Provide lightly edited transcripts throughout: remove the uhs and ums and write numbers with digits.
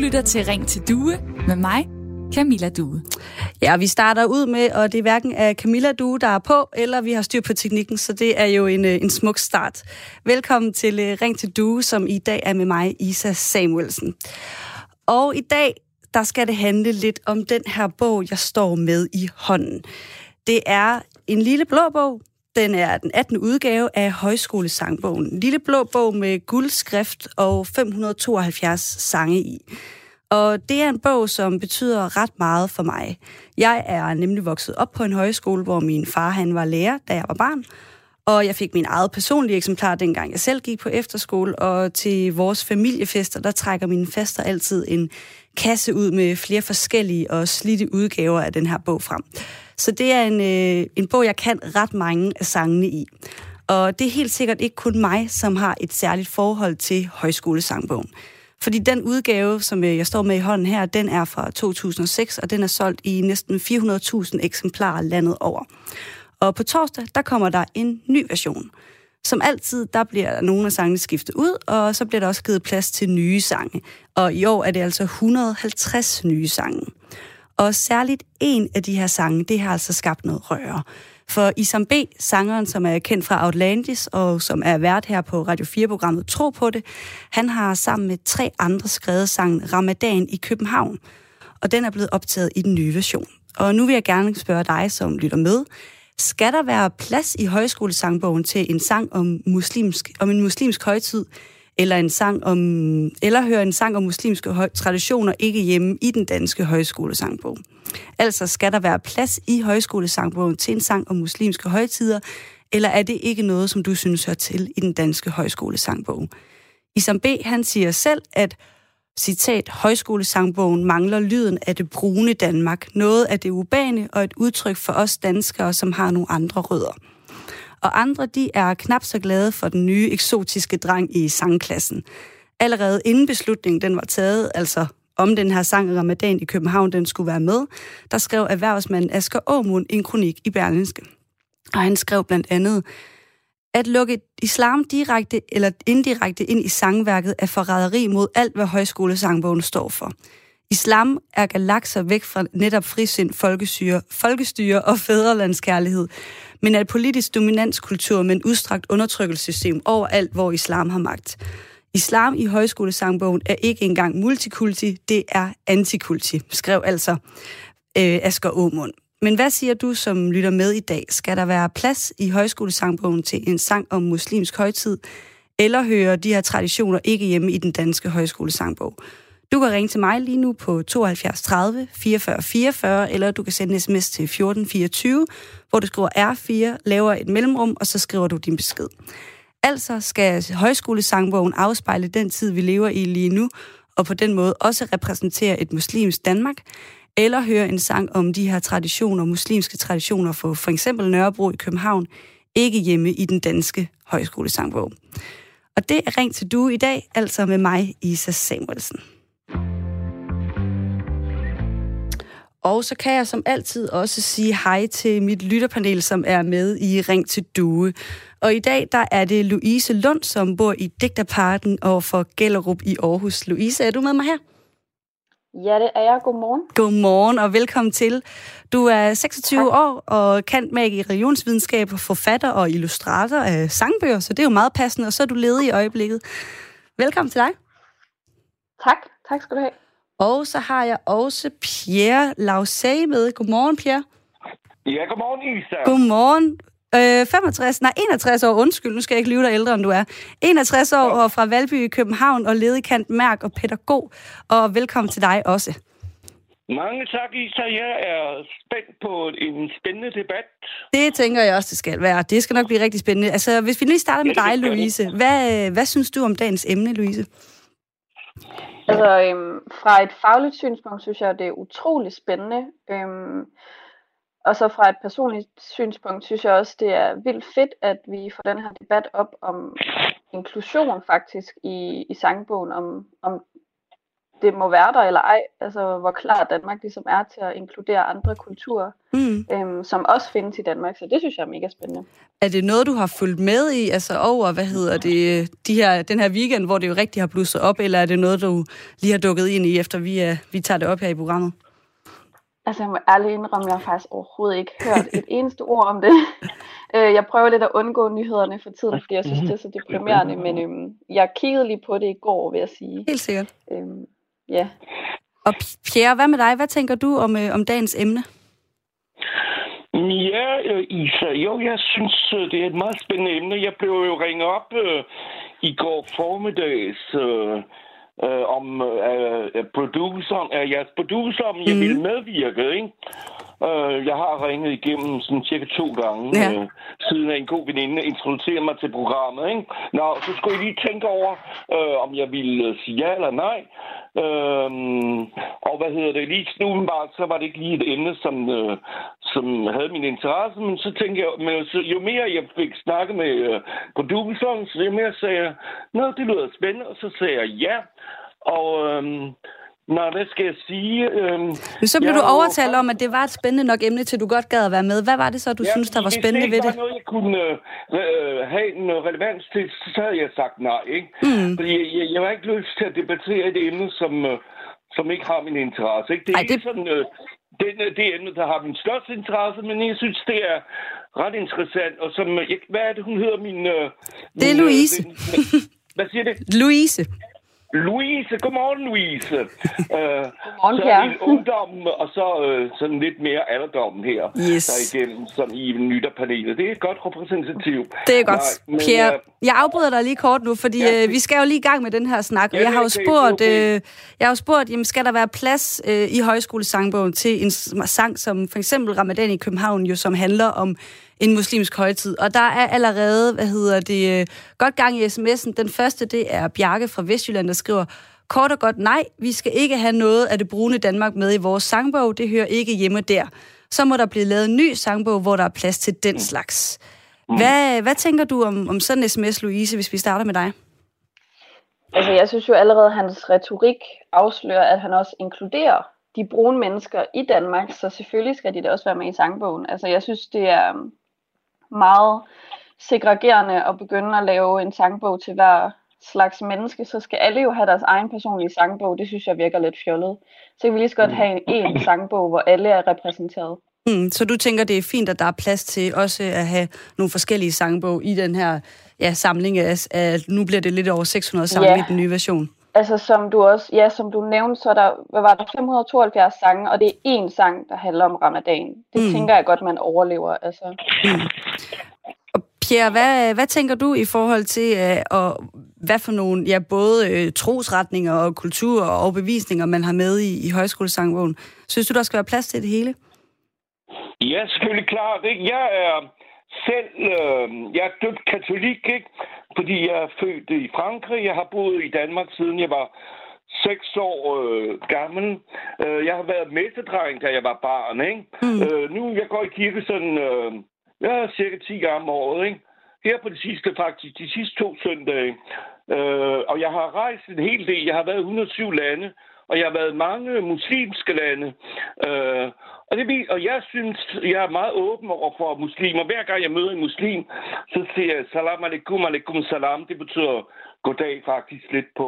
lytter til Ring til Due med mig, Camilla Due. Ja, vi starter ud med, og det er hverken af Camilla Due, der er på, eller vi har styr på teknikken, så det er jo en smuk start. Velkommen til Ring til Due, som i dag er med mig, Isa Samuelsen. Og i dag, der skal det handle lidt om den her bog, jeg står med i hånden. Det er en lille blå bog. Den er den 18. udgave af Højskolesangbogen. En lille blå bog med guldskrift og 572 sange i. Og det er en bog, som betyder ret meget for mig. Jeg er nemlig vokset op på en højskole, hvor min far han var lærer, da jeg var barn. Og jeg fik min eget personlige eksemplar, dengang jeg selv gik på efterskole. Og til vores familiefester, der trækker mine faster altid en kasse ud med flere forskellige og slidte udgaver af den her bog frem. Så det er en bog, jeg kan ret mange af sangene i. Og det er helt sikkert ikke kun mig, som har et særligt forhold til Højskolesangbogen. Fordi den udgave, som jeg står med i hånden her, den er fra 2006, og den er solgt i næsten 400.000 eksemplarer landet over. Og på torsdag, der kommer der en ny version. Som altid, der bliver nogle af sangene skiftet ud, og så bliver der også givet plads til nye sange. Og i år er det altså 150 nye sange. Og særligt en af de her sange, det har altså skabt noget røre. For Isam B, sangeren, som er kendt fra Outlandis, og som er vært her på Radio 4-programmet Tro på det, han har sammen med 3 andre skrevet sangen Ramadan i København. Og den er blevet optaget i den nye version. Og nu vil jeg gerne spørge dig, som lytter med. Skal der være plads i Højskolesangbogen til en sang om en muslimsk højtid, eller høre en sang om muslimske traditioner ikke hjemme i den danske Højskolesangbog? Altså, skal der være plads i Højskolesangbogen til en sang om muslimske højtider, eller er det ikke noget, som du synes hører til i den danske Højskolesangbog? Isam B, han siger selv, at citat, Højskolesangbogen mangler lyden af det brune Danmark, noget af det urbane og et udtryk for os danskere, som har nogle andre rødder. Og andre, de er knap så glade for den nye eksotiske dreng i sangklassen. Allerede inden beslutningen den var taget, altså om den her sang Ramadan i København, den skulle være med, der skrev erhvervsmanden Asger Aamund en kronik i Berlingske. Og han skrev blandt andet, at lukke islam direkte eller indirekte ind i sangværket er forræderi mod alt, hvad Højskolesangbogen står for. Islam er galakser væk fra netop frisind, folkestyre og fædrelandskærlighed, men er et politisk dominanskultur med en udstrakt undertrykkelsessystem overalt, hvor islam har magt. Islam i Højskolesangbogen er ikke engang multikulti, det er antikulti, skrev altså Asger Aamund. Men hvad siger du, som lytter med i dag? Skal der være plads i Højskolesangbogen til en sang om muslimsk højtid, eller hører de her traditioner ikke hjemme i den danske Højskolesangbog? Du kan ringe til mig lige nu på 72 30 44 44, eller du kan sende en sms til 1424, hvor du skriver R4, laver et mellemrum, og så skriver du din besked. Altså skal Højskolesangbogen afspejle den tid, vi lever i lige nu, og på den måde også repræsentere et muslimsk Danmark, eller høre en sang om de her traditioner, muslimske traditioner for eksempel Nørrebro i København, ikke hjemme i den danske Højskolesangbog. Og det er Ring til Due i dag, altså med mig, Isa Samuelsen. Og så kan jeg som altid også sige hej til mit lytterpanel, som er med i Ring til Due. Og i dag, der er det Louise Lund, som bor i Digterparken og for Gellerup i Aarhus. Louise, er du med mig her? Ja, det er jeg. Godmorgen. Godmorgen og velkommen til. Du er 26 år og cand.mag i religionsvidenskab, forfatter og illustrator af sangbøger, så det er jo meget passende, og så er du ledig i øjeblikket. Velkommen til dig. Tak skal du have. Og så har jeg også Pierre Lausay med. Godmorgen, Pierre. Ja, godmorgen, Isa. Godmorgen. 61 år, undskyld, nu skal jeg ikke lyve dig ældre, end du er. 61 år og fra Valby i København og ledig cand.mag og pædagog. Og velkommen til dig også. Mange tak, Isa. Jeg er spændt på en spændende debat. Det tænker jeg også, det skal være. Det skal nok blive rigtig spændende. Altså, hvis vi lige starter med dig, Louise. Hvad synes du om dagens emne, Louise? Altså, fra et fagligt synspunkt, synes jeg, det er utrolig spændende. Og så fra et personligt synspunkt, synes jeg også, det er vildt fedt, at vi får den her debat op om inklusion faktisk i sangbogen, om det må være der eller ej. Altså, hvor klar Danmark ligesom er til at inkludere andre kulturer, som også findes i Danmark. Så det synes jeg er mega spændende. Er det noget, du har fulgt med i, altså over, den her weekend, hvor det jo rigtig har blusset op, eller er det noget, du lige har dukket ind i, efter vi tager det op her i programmet? Altså, jeg må ærligt indrømme, jeg har faktisk overhovedet ikke hørt et eneste ord om det. Jeg prøver lidt at undgå nyhederne for tiden, fordi jeg synes, det er så deprimerende, men jeg kiggede lige på det i går, vil jeg sige. Helt sikkert. Ja. Og Pierre, hvad med dig? Hvad tænker du om dagens emne? Ja, Isa, jeg synes, det er et meget spændende emne. Jeg blev jo ringet op i går formiddags om jeres producer, om jeg ville medvirke, ikke? Jeg har ringet igennem sådan cirka 2 gange, siden af en god veninde introducerede mig til programmet, ikke? Nå, så skulle jeg lige tænke over, om jeg ville sige ja eller nej. Og lige umiddelbart, så var det ikke lige et emne, som havde min interesse, men så tænkte jeg, jo mere jeg fik snakket med produceren, så jo mere sagde jeg, det lyder spændende, og så sagde jeg ja. Og hvad skal jeg sige? Så blev du overtalt om, at det var et spændende nok emne, til du godt gad at være med. Hvad var det så, du synes, der var spændende ved det? Hvis det var noget, jeg kunne have en relevans til, så havde jeg sagt nej, ikke? Fordi jeg har ikke lyst til at debattere et emne, som ikke har min interesse, ikke? Det er ikke sådan det emne, der har min største interesse, men jeg synes, det er ret interessant. Og hvad er det, hun hedder? Det er Louise. Hvad siger det? Louise, godmorgen Louise. Godmorgen, så er det ungdommen, og så sådan lidt mere alderdommen her, der igennem, som i lytterpanelet. Det er godt repræsentativt. Det er godt. Pierre, jeg afbryder dig lige kort nu, fordi vi skal jo lige i gang med den her snak. Jeg har jo spurgt, jamen, skal der være plads i højskolesangbogen til en sang som for eksempel Ramadan i København, jo, som handler om en muslimsk højtid. Og der er allerede, godt gang i sms'en. Den første, det er Bjarke fra Vestjylland, der skriver, kort og godt nej, vi skal ikke have noget af det brune Danmark med i vores sangbog. Det hører ikke hjemme der. Så må der blive lavet en ny sangbog, hvor der er plads til den slags. Hvad tænker du om sådan en sms, Louise, hvis vi starter med dig? Altså, jeg synes jo allerede, at hans retorik afslører, at han også inkluderer de brune mennesker i Danmark, så selvfølgelig skal de da også være med i sangbogen. Altså, jeg synes, det er meget segregerende at begynde at lave en sangbog til hver slags menneske, så skal alle jo have deres egen personlige sangbog. Det synes jeg virker lidt fjollet. Så kan vi lige så godt have en sangbog, hvor alle er repræsenteret. Så du tænker, det er fint, at der er plads til også at have nogle forskellige sangbog i den her samling af nu bliver det lidt over 600 sange i den nye version? Altså, som du nævnte, så var der 572 sange, og det er én sang, der handler om Ramadan. Det tænker jeg godt, man overlever. Altså. Og Pierre, hvad tænker du i forhold til, hvad for nogle, både trosretninger og kultur og overbevisninger, man har med i højskolesangbogen? Synes du, der skal være plads til det hele? Ja, selvfølgelig klart. Jeg er selv jeg er døbt katolik, ikke? Fordi jeg er født i Frankrig. Jeg har boet i Danmark, siden jeg var 6 år gammel. Jeg har været messedreng, da jeg var barn, ikke? Nu jeg går i kirke sådan cirka 10 gange om året, ikke? Her på de sidste 2 søndage. Og jeg har rejst en hel del. Jeg har været i 107 lande, og jeg har været i mange muslimske lande. Og jeg synes, jeg er meget åben over for muslimer. Hver gang jeg møder en muslim, så siger jeg salam alaikum, alaikum salam. Det betyder goddag faktisk lidt på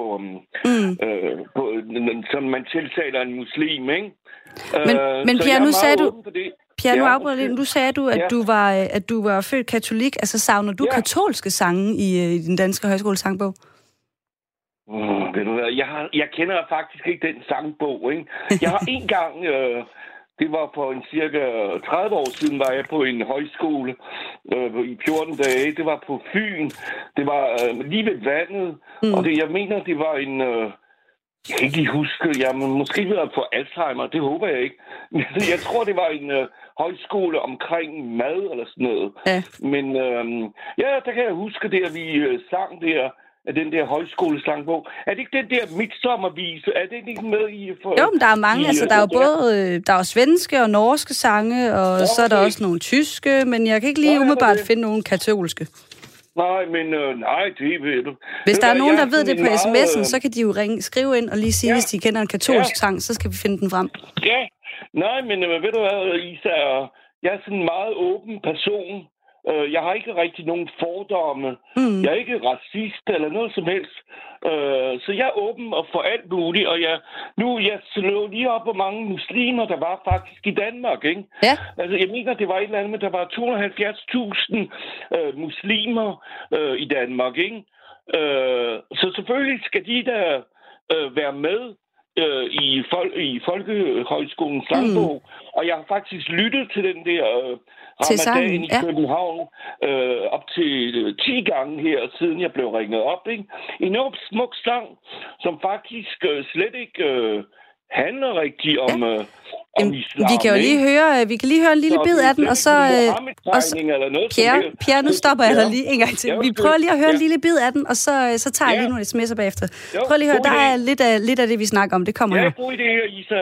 som man tiltaler en muslim, ikke? Men Pierre, nu sagde du... Pierre, nu afbryder lidt. Nu sagde du, at du var født katolik. Altså, savner du katolske sange i den danske højskolesangbog? Ved du hvad, jeg kender faktisk ikke den sangbog, ikke? Jeg har en gang... Det var for en cirka 30 år siden, var jeg på en højskole i 14 dage. Det var på Fyn. Det var lige ved vandet. Og jeg mener, det var en... jeg kan ikke lige huske. Jeg måske ved at få Alzheimer. Det håber jeg ikke. Jeg tror, det var en højskole omkring mad eller sådan noget. Ja. Men der kan jeg huske det, at vi sang der... af den der højskolesangbog. Er det ikke den der Midsommervise? Er det ikke med i... Jo, men der er mange. Der er jo både der er svenske og norske sange, og så er der også nogle tyske, men jeg kan ikke lige umiddelbart finde nogle katolske. Nej, men nej, det ved du. Hvis der er nogen, der ved det på sms'en, så kan de jo skrive ind og lige sige, hvis de kender en katolsk sang, så skal vi finde den frem. Ja, nej, men ved du hvad, Isa, jeg er sådan en meget åben person. Jeg har ikke rigtig nogen fordomme. Jeg er ikke racist eller noget som helst. Så jeg er åben og for alt muligt. Og jeg slår lige op, hvor mange muslimer der var faktisk i Danmark, ikke? Ja. Altså, jeg mener, det var et eller andet, men der var 270.000 muslimer i Danmark, ikke? Så selvfølgelig skal de der være med i Folkehøjskolens sangbog. Og jeg har faktisk lyttet til den der Ramadan i København op til 10 gange her, siden jeg blev ringet op. Ikke? En enormt smuk sang, som faktisk slet ikke handler rigtigt om islam. Vi kan jo lige høre en lille bid af den, og så Pierre, nu stopper jeg dig lige en gang til. Vi prøver lige at høre en lille bid af den, og så tager jeg lige nogle sms'er bagefter. Prøv lige at høre, der er lidt af det, vi snakker om. Det kommer her. Ja, god idé her, Isa.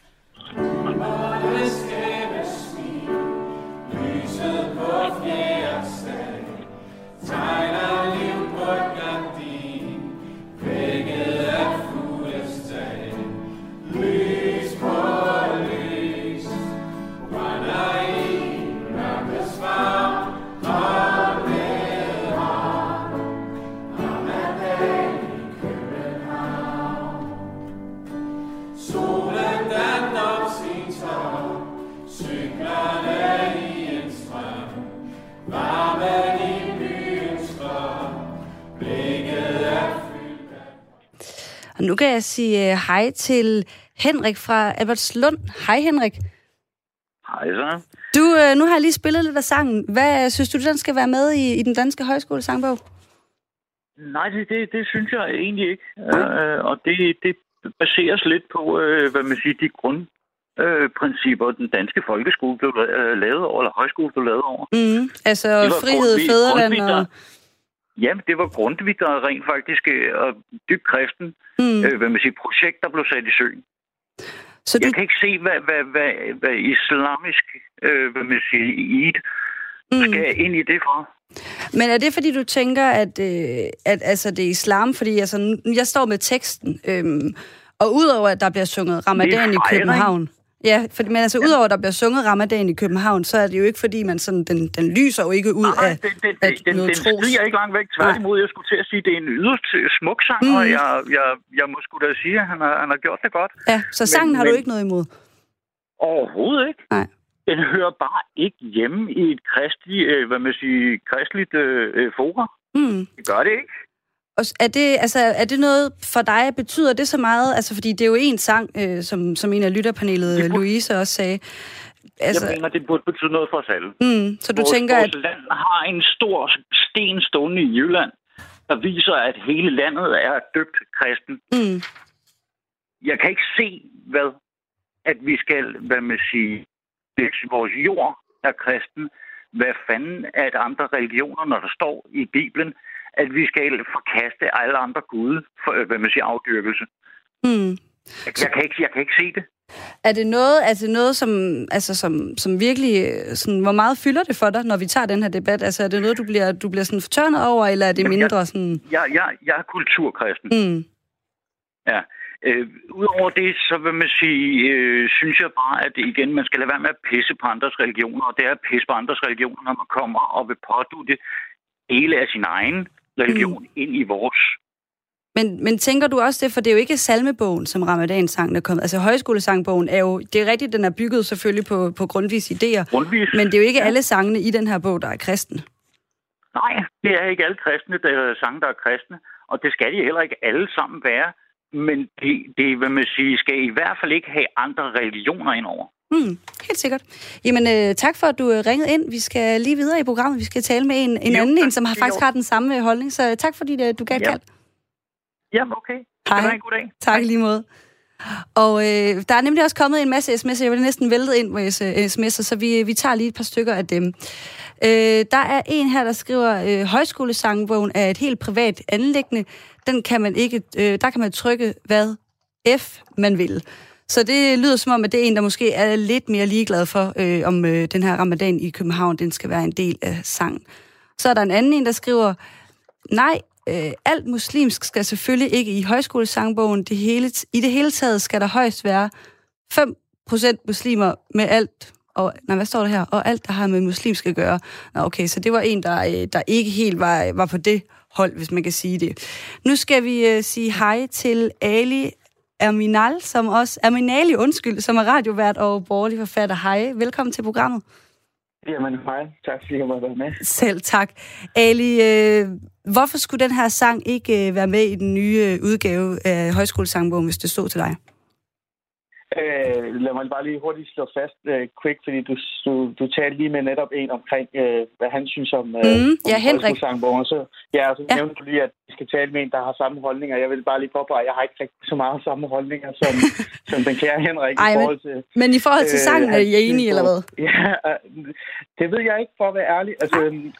Og nu kan jeg sige hej til Henrik fra Albertslund. Hej Henrik. Hej så. Nu har jeg lige spillet lidt af sangen. Hvad synes du, den skal være med i den danske højskolesangbog? Nej, det synes jeg egentlig ikke. Og det baseres lidt på, hvad man siger, de grundprincipper, den danske folkeskole blev lavet over, eller højskole blev lavet over. Altså frihed, fædreland og... Jamen, det var Grundtvig, der rent faktisk og dybt kristen, hvad man siger, projekt, der blev sat i søen. Så jeg kan ikke se, hvad islamisk, hvad man siger, skal ind i det for. Men er det, fordi du tænker, at altså, det er islam? Fordi altså, jeg står med teksten, og udover at der bliver sunget Ramadan i København... Ja, men altså udover at der bliver sunget Ramadan i København, så er det jo ikke fordi, man sådan, den lyser jo ikke ud af noget tros. Den stiger ikke langt væk. Tværtimod, jeg skulle til at sige, at det er en yderst smuk sang, og jeg må sgu da sige, at han har gjort det godt. Ja, så sangen har du ikke noget imod? Overhovedet ikke. Nej. Den hører bare ikke hjemme i et kristligt forum. Det gør det ikke. Er det noget for dig? Betyder det så meget? Altså, fordi det er jo en sang, som en af lytterpanelet, Louise, også sagde. Altså, jeg mener, det burde betyde noget for os alle. Så du tænker, vores land har en stor sten stående i Jylland, der viser, at hele landet er døbt kristen. Jeg kan ikke se, at vi skal, hvad man siger, vores jord er kristen. Hvad fanden er et andre religioner, når der står i Bibelen, at vi skal forkaste alle andre gude for, hvad man siger, afdyrkelse. Jeg kan ikke se det. Er det noget, som virkelig... Sådan, hvor meget fylder det for dig, når vi tager den her debat? Altså, er det noget, du bliver sådan fortørnet over, eller er det mindre sådan... Jeg er kulturkristen. Ja. Udover det, så vil man sige, synes jeg bare, at igen, man skal lade være med at pisse på andres religioner, og det er at pisse på andres religioner, når man kommer og vil pådutte dele af sin egen religion ind i vores. Men tænker du også det, for det er jo ikke salmebogen, som Ramadan-sangen er kommet. Altså højskolesangbogen er jo, det er rigtigt, den er bygget selvfølgelig på Grundtvigs idéer, men det er jo ikke alle sangene i den her bog, der er kristne. Nej, det er ikke alle kristne, der er sange, der er kristne, og det skal de heller ikke alle sammen være, men det vil man sige, skal i hvert fald ikke have andre religioner indover. Helt sikkert. Jamen, tak for, at du ringede ind. Vi skal lige videre i programmet. Vi skal tale med en anden, som faktisk har den samme holdning. Så tak, fordi du gav et kald. Jamen, okay. Hej. Ha' en god dag. Tak lige måde. Og der er nemlig også kommet en masse sms'er. Jeg vil næsten væltet ind med sms'er, så vi tager lige et par stykker af dem. Der er en her, der skriver, højskolesangbogen er et helt privat anliggende. Den kan man ikke, der kan man trykke, hvad F man vil. Så det lyder som om, at det er en, der måske er lidt mere ligeglad for, om den her Ramadan i København, den skal være en del af sangen. Så er der en anden en, der skriver, nej, alt muslimsk skal selvfølgelig ikke i højskolesangbogen. I det hele taget skal der højst være 5% muslimer med alt. Hvad står der her? Og alt, der har med muslimsk at gøre. Okay, så det var en, der ikke helt var på det hold, hvis man kan sige det. Nu skal vi sige hej til Ali Aminali, som er radiovært og borgerlig forfatter. Hej, velkommen til programmet. Jamen hej, tak fordi jeg måtte være med. Selv tak. Ali, hvorfor skulle den her sang ikke være med i den nye udgave af Højskolesangbogen, hvis det stod til dig? Lad mig bare lige hurtigt slå fast, quick, fordi du talte lige med netop en omkring, hvad han synes om Højskolesangbogen. Så nævnte du lige, at vi skal tale med en, der har samme holdninger. Jeg vil bare lige påpege, at jeg har ikke rigtig så meget samme holdninger som den kære Henrik i forhold til... Men i forhold til sangen, er I enige, eller hvad? Ja, det ved jeg ikke, for at være ærlig. Altså,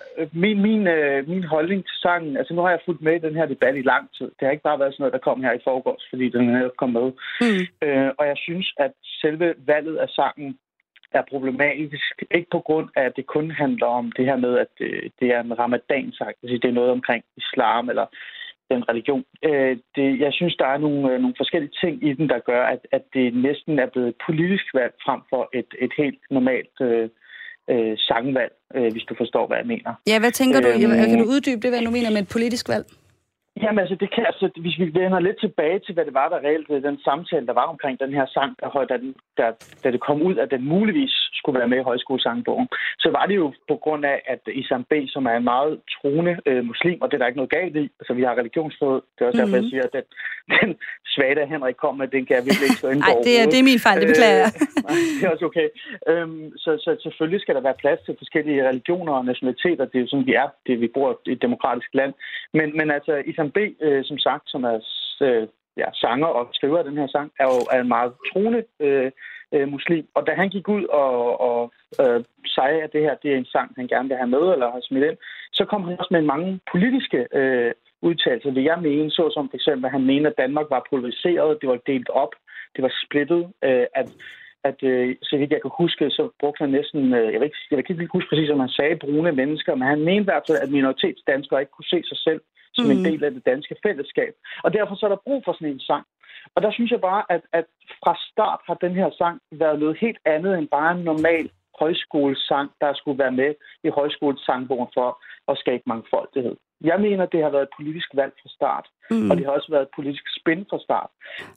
min holdning til sangen... Altså, nu har jeg fulgt med i den her debat i lang tid. Det har ikke bare været sådan noget, der kom her i forgårs, fordi den er kom med. Og jeg synes, at selve valget af sangen er problematisk. Ikke på grund af, at det kun handler om det her med, at det er en ramadan-sang. Altså, det er noget omkring islam eller den religion. Jeg synes, der er nogle forskellige ting i den, der gør, at det næsten er blevet et politisk valg frem for et helt normalt sangvalg, hvis du forstår, hvad jeg mener. Ja, hvad tænker du? Kan du uddybe det, hvad du mener med et politisk valg? Jamen altså, det kan, altså, hvis vi vender lidt tilbage til, hvad det var, der reelt den samtale, der var omkring den her sang, da det kom ud, at den muligvis skulle være med i Højskolesangbogen, så var det jo på grund af, at Isam B., som er en meget troende muslim, og det er der ikke noget galt i, altså vi har religionsfrihed, det er også derfor, jeg siger, at den svage, der Henrik kom med, den kan jeg virkelig ikke stå ind på. Nej, det er min fejl, det beklager jeg. Det er også okay. Så selvfølgelig skal der være plads til forskellige religioner og nationaliteter, det er jo sådan, vi er, vi bor i et demokratisk land, men altså Isam B., som sagt, som er sanger og skriver af den her sang, er en meget troende muslim. Og da han gik ud og sagde, at det her det er en sang, han gerne vil have med eller har smidt ind, så kom han også med mange politiske udtalelser, vil jeg mene, såsom for eksempel, at han mente, at Danmark var polariseret, det var delt op, det var splittet, at så vidt jeg kan huske, så brugte han næsten, jeg kan ikke huske præcis, om han sagde brune mennesker, men han mente i hvert fald, at minoritetsdanskere ikke kunne se sig selv som en del af det danske fællesskab. Og derfor så er der brug for sådan en sang. Og der synes jeg bare, at fra start har den her sang været noget helt andet end bare en normal højskolesang, der skulle være med i Højskolesangbogen for at skabe mangfoldighed. Jeg mener, det har været et politisk valg fra start, og det har også været et politisk spin fra start.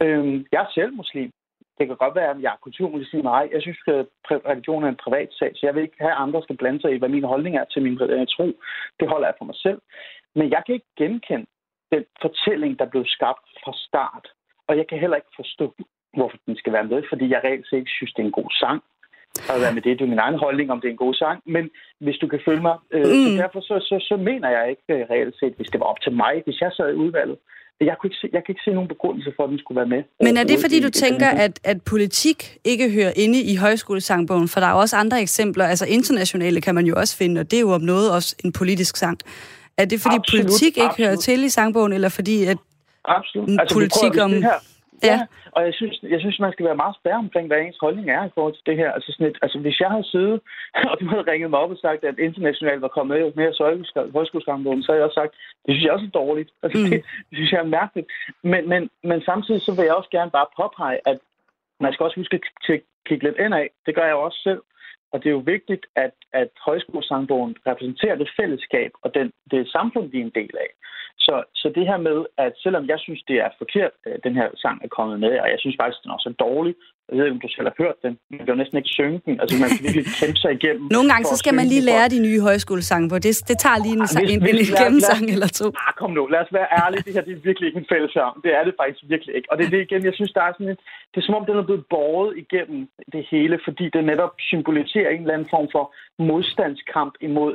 Jeg er selv muslim. Det kan godt være, at jeg er kulturmuslim, nej. Jeg synes, at religion er en privat sag, så jeg vil ikke have, at andre skal blande sig i, hvad min holdning er til min tro. Det holder jeg for mig selv. Men jeg kan ikke genkende den fortælling, der blev skabt fra start. Og jeg kan heller ikke forstå, hvorfor den skal være med, fordi jeg reelt set ikke synes, det er en god sang. Og hvad med det? Det er min egen holdning, om det er en god sang. Men hvis du kan følge mig, så derfor så mener jeg ikke reelt set, hvis det var op til mig, hvis jeg sad i udvalget. Jeg kan ikke se nogen begrundelse for, at den skulle være med. Men er det, fordi du tænker, at politik ikke hører inde i Højskolesangbogen? For der er også andre eksempler. Altså internationale kan man jo også finde, og det er jo om noget også en politisk sang. Er det, fordi politik ikke hører til i sangbogen, eller fordi at politik om... Ja, og jeg synes, man skal være meget spærre omkring, hvad ens holdning er i forhold til det her. Altså hvis jeg havde siddet, og du havde ringet mig op og sagt, at internationalt var kommet med i Højskolesangbogen, så havde jeg også sagt, det synes jeg også er dårligt. Altså, det synes jeg er mærkeligt. Men samtidig så vil jeg også gerne bare påpege, at man skal også huske at kigge lidt indad. Det gør jeg jo også selv. Og det er jo vigtigt, at Højskolesangbogen repræsenterer det fællesskab og det samfund, vi er en del af. Så det her med, at selvom jeg synes, det er forkert, den her sang er kommet med, og jeg synes faktisk, den er også dårlig. Jeg ved ikke, om du selv har hørt den. Man kan jo næsten ikke synge den. Altså, man kan virkelig kæmpe sig igennem. Nogle gange, så skal man lige lære de nye højskolesangboger. Det tager lige en gennemsang eller to. Kom nu, lad os være ærlige. Det her det er virkelig ikke en fællessang. Det er det faktisk virkelig ikke. Og det er det igen, jeg synes, der er sådan et... Det er som om, den er blevet båret igennem det hele, fordi det netop symboliserer en eller anden form for modstandskamp imod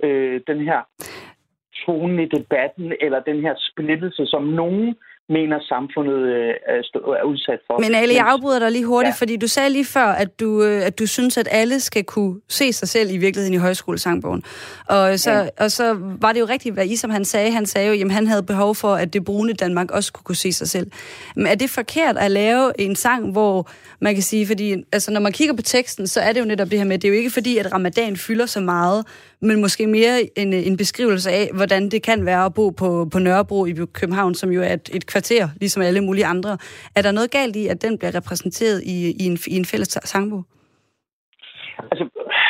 den her tonen i debatten, eller den her splittelse, som nogen mener, samfundet er udsat for. Men Ali, jeg afbryder dig lige hurtigt, fordi du sagde lige før, at du synes, at alle skal kunne se sig selv i virkeligheden i Højskolesangbogen. Og så var det jo rigtigt, hvad Isam han sagde. Han sagde jo, at han havde behov for, at det brune Danmark også kunne se sig selv. Men er det forkert at lave en sang, hvor man kan sige, fordi altså, når man kigger på teksten, så er det jo netop det her med, det er jo ikke fordi, at ramadan fylder så meget, men måske mere en beskrivelse af, hvordan det kan være at bo på Nørrebro i København, som jo er et kvarter, ligesom alle mulige andre. Er der noget galt i, at den bliver repræsenteret i en fælles sangbog? Altså,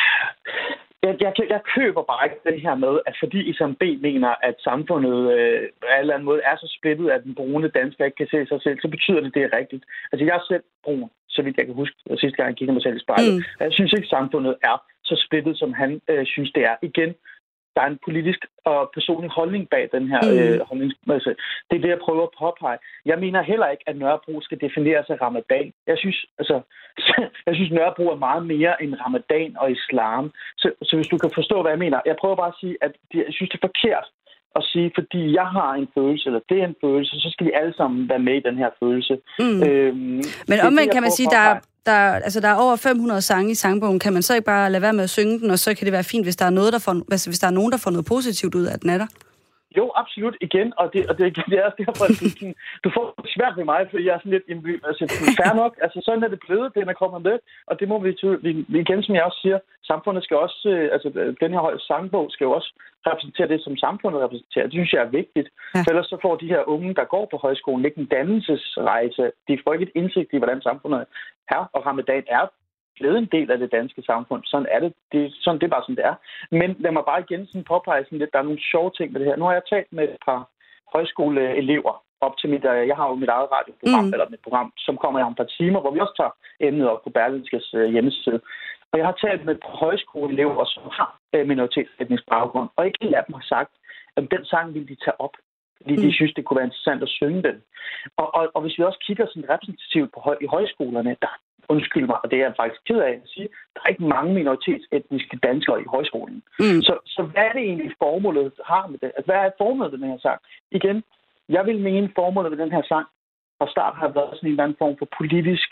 jeg køber bare ikke det her med, at fordi Isam B mener, at samfundet på en eller anden måde er så splittet, at den brune dansker ikke kan se sig selv, så betyder det er rigtigt. Altså, jeg er selv brun, så vidt jeg kan huske, sidste gang jeg kiggede mig selv i spejlet. Jeg synes ikke, samfundet er så splittet, som han synes, det er. Igen, der er en politisk og personlig holdning bag den her holdningsmasse. Det er det, jeg prøver at påpege. Jeg mener heller ikke, at Nørrebro skal defineres af Ramadan. Jeg synes, Nørrebro er meget mere end Ramadan og islam. Så hvis du kan forstå, hvad jeg mener. Jeg prøver bare at sige, at jeg synes, det er forkert at sige, fordi jeg har en følelse, eller det er en følelse, så skal vi alle sammen være med i den her følelse. Men omvendt kan man sige, der er over 500 sange i sangbogen. Kan man så ikke bare lade være med at synge den, og så kan det være fint, hvis der er nogen, der får noget positivt ud af den, er der? Jo, absolut, igen, og det er også derfor, at du får svært ved mig, fordi jeg er sådan lidt fair nok, altså sådan er det blevet, det er kommet med, og det må vi igen, som jeg også siger, samfundet skal også, den her sangbog skal jo også repræsentere det, som samfundet repræsenterer. Det synes jeg er vigtigt, for ellers så får de her unge, der går på højskolen, ikke en dannelsesrejse, de får ikke et indsigt i, hvordan samfundet er, og Ramadan er blevet en del af det danske samfund. Sådan er det. Det er bare sådan, det er. Men lad mig bare igen sådan påpege sådan lidt, der er nogle sjove ting med det her. Nu har jeg talt med et par højskoleelever op til jeg har jo mit eget radioprogram, eller mit program, som kommer om et par timer, hvor vi også tager emnet op på Berlingskes hjemmeside. Og jeg har talt med et par højskoleelever, som har minoritetsetnisk baggrund, og ikke en af dem har sagt, at den sang ville de tage op, fordi de synes, det kunne være interessant at synge den. Og hvis vi også kigger sådan repræsentativt i højskolerne, der undskyld mig, og det er jeg faktisk ked af at sige, der er ikke mange minoritetsetniske danskere i højskolen. Så hvad er det egentlig formålet har med det? Altså, hvad er formålet med den her sang? Igen, jeg vil mene, formålet med den her sang fra start har været sådan en eller anden form for politisk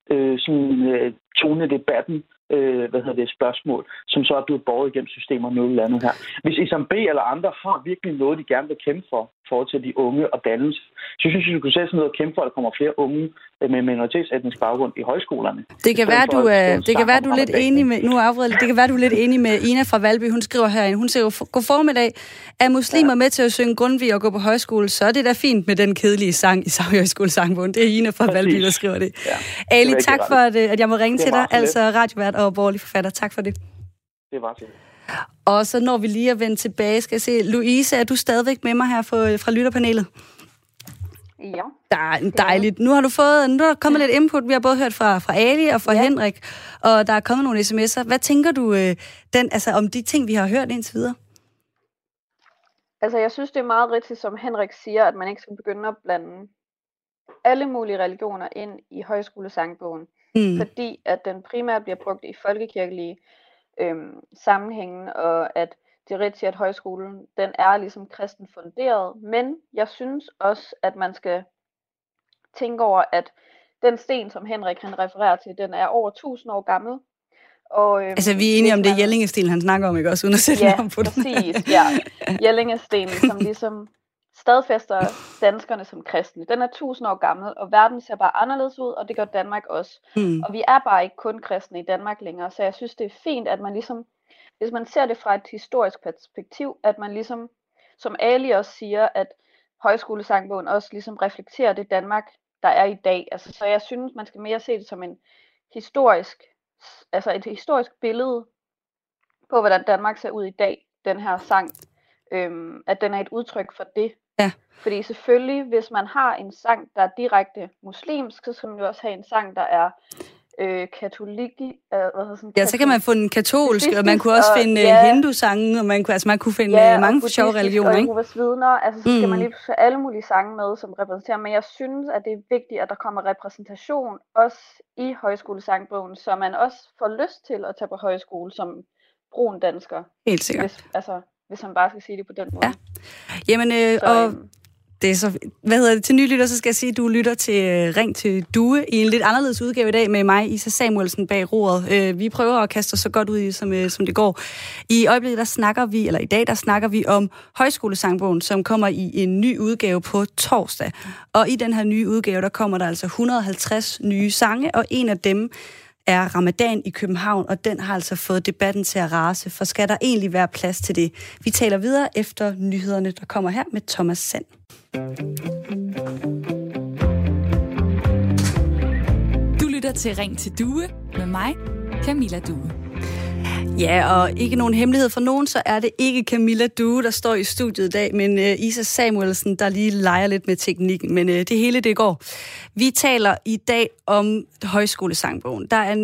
tone debatten, spørgsmål, som så er blevet båret igennem systemer og noget eller andet her. Hvis Isam B eller andre har virkelig noget, de gerne vil kæmpe for, forhold til de unge og dannelse, så synes jeg, du kunne sætte sådan noget at kæmpe for, at der kommer flere unge med minoritetsetnisk baggrund i højskolerne. Det kan være, du er lidt enig med, nu afbryder det kan være, du er lidt enig med Ina fra Valby. Hun skriver herinde, hun siger jo, god formiddag, er muslimer med til at synge Grundtvig og gå på højskole, så er det da fint med den kedelige sang i Højskolesangbogen. Det er Ina fra Valby, der skriver det. Ja. Ali, tak for, at jeg må ringe til dig, altså radiovært og borgerlig forfatter. Tak for det. Det var det. Og så når vi lige at vende tilbage, skal jeg se. Louise, er du stadigvæk med mig her fra lytterpanelet? Ja. Dejligt. Nu har der kommet lidt input. Vi har både hørt fra Ali og fra Henrik, og der er kommet nogle sms'er. Hvad tænker du om de ting, vi har hørt indtil videre? Altså, jeg synes, det er meget rigtigt, som Henrik siger, at man ikke skal begynde at blande alle mulige religioner ind i højskolesangbogen. Fordi at den primært bliver brugt i folkekirkelige sammenhængen, og at det er rigtigt, at højskolen den er ligesom kristen funderet, men jeg synes også, at man skal tænke over, at den sten, som Henrik han refererer til, den er over 1000 år gammel. Og, altså, vi er enige om det er Jellingestenen, han snakker om, ikke også, uden at sætte navn på den? Præcis, ja. Jellingestenen, som ligesom stadfæster danskerne som kristne. Den er 1000 år gammel, og verden ser bare anderledes ud, og det gør Danmark også. Og vi er bare ikke kun kristne i Danmark længere, så jeg synes, det er fint, at man ligesom, hvis man ser det fra et historisk perspektiv, at man ligesom, som Ali også siger, at højskolesangbogen også ligesom reflekterer det Danmark, der er i dag. Altså, så jeg synes, man skal mere se det som en et historisk billede på, hvordan Danmark ser ud i dag, den her sang. At den er et udtryk for det. Ja. Fordi selvfølgelig, hvis man har en sang, der er direkte muslimsk, så skal man jo også have en sang, der er katolik. Så kan man få en katolsk, og man kunne også finde hindu-sange, og man kunne finde mange sjove religioner, ikke? Og vidner, altså så skal man lige få alle mulige sange med, som repræsenterer. Men jeg synes, at det er vigtigt, at der kommer repræsentation også i højskolesangbogen, så man også får lyst til at tage på højskole som brun dansker. Helt sikkert. Hvis man bare skal sige det på den måde. Ja. Jamen, det er så, til nye lytter, så skal jeg sige, at du lytter til Ring til Due i en lidt anderledes udgave i dag med mig, Isa Samuelsen, bag roret. Vi prøver at kaste os så godt ud i, som det går. I øjeblikket, i dag snakker vi om højskolesangbogen, som kommer i en ny udgave på torsdag. Og i den her nye udgave, der kommer der altså 150 nye sange, og en af dem er ramadan i København, og den har altså fået debatten til at rase, for skal der egentlig være plads til det? Vi taler videre efter nyhederne, der kommer her med Thomas Sand. Du lytter til Ring til Due med mig, Camilla Due. Ja, og ikke nogen hemmelighed for nogen, så er det ikke Camilla Due, der står i studiet i dag, men Isa Samuelsen, der lige leger lidt med teknikken, men det hele det går. Vi taler i dag om Højskolesangbogen. Der er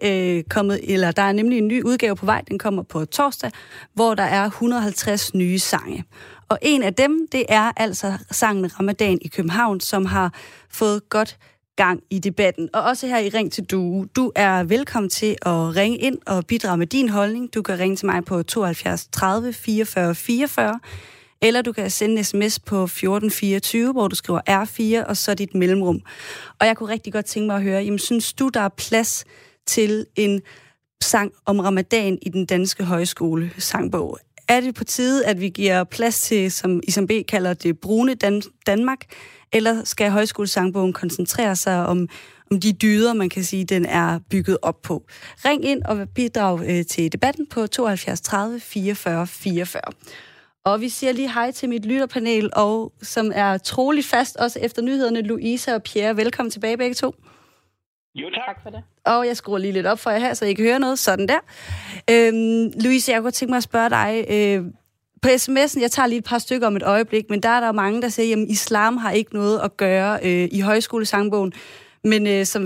nemlig en ny udgave på vej, den kommer på torsdag, hvor der er 150 nye sange. Og en af dem, det er altså sangen Ramadan i København, som har fået godt gang i debatten. Og også her i Ring til Due. Du er velkommen til at ringe ind og bidrage med din holdning. Du kan ringe til mig på 72 30 44 44, eller du kan sende en sms på 1424, hvor du skriver R4 og så dit mellemrum. Og jeg kunne rigtig godt tænke mig at høre, jamen, synes du, der er plads til en sang om Ramadan i den danske højskolesangbog? Er det på tide, at vi giver plads til, som Isam B. kalder det, brune Danmark, eller skal højskolesangbogen koncentrere sig om de dyder, man kan sige, den er bygget op på? Ring ind og bidrag til debatten på 72 30 44 44. Og vi siger lige hej til mit lytterpanel, og som er troligt fast også efter nyhederne, Louise og Pierre. Velkommen tilbage begge to. Jo, tak for det. Og jeg skruer lige lidt op for jer her, så I kan høre noget. Sådan der. Louise, jeg kunne godt tænke mig at spørge dig. På sms'en, jeg tager lige et par stykker om et øjeblik, men der er der mange, der siger, at islam har ikke noget at gøre i højskolesangbogen. Men som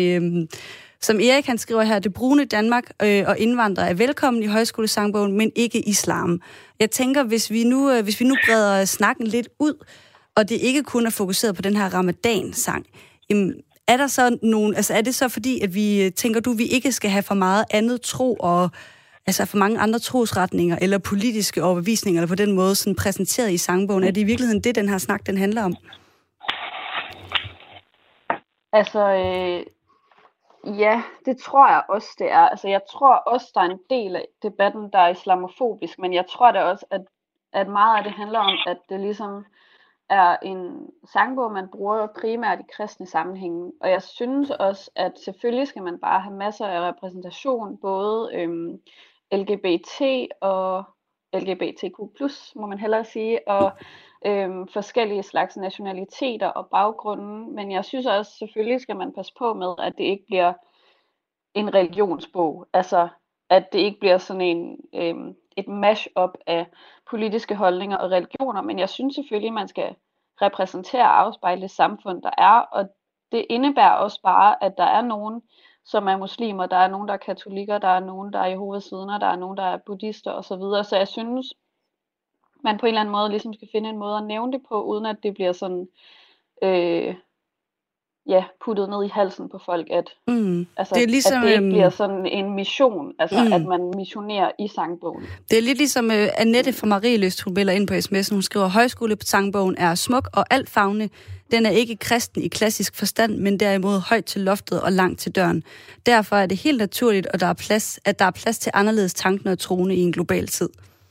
Erik han skriver her, det brune Danmark og indvandrere er velkommen i højskolesangbogen, men ikke islam. Jeg tænker, hvis vi nu breder snakken lidt ud, og det ikke kun er fokuseret på den her ramadan-sang, er der så er det så fordi, at vi tænker vi ikke skal have for meget andet tro og altså for mange andre trosretninger eller politiske overbevisninger, eller på den måde sådan præsenteret i sangbogen? Er det i virkeligheden det, den her snak, den handler om? Altså, ja, det tror jeg også, det er. Altså, jeg tror også, der er en del af debatten, der er islamofobisk, men jeg tror da også, at meget af det handler om, at det ligesom er en sangbog, man bruger primært i kristne sammenhænge. Og jeg synes også, at selvfølgelig skal man bare have masser af repræsentation, både LGBT og LGBTQ+, må man hellere sige, og forskellige slags nationaliteter og baggrunden. Men jeg synes også, selvfølgelig skal man passe på med, at det ikke bliver en religionsbog. Altså, at det ikke bliver sådan et mash-up af politiske holdninger og religioner. Men jeg synes selvfølgelig, man skal repræsentere og afspejle det samfund, der er. Og det indebærer også bare, at der er nogen, som er muslimer, der er nogen, der er katolikker, der er nogen, der er Jehovas vidner, der er nogen, der er buddhister osv. Så jeg synes, man på en eller anden måde ligesom skal finde en måde at nævne det på, uden at det bliver sådan puttet ned i halsen på folk, at, altså, det er ligesom, at det ikke bliver sådan en mission, altså at man missionerer i sangbogen. Det er lidt ligesom Annette fra Marielyst, hun melder ind på sms'en, hun skriver, højskolesangbogen er smuk og altfavnende. Den er ikke kristen i klassisk forstand, men derimod højt til loftet og langt til døren. Derfor er det helt naturligt, at der er plads til anderledes tanken og troende i en global tid.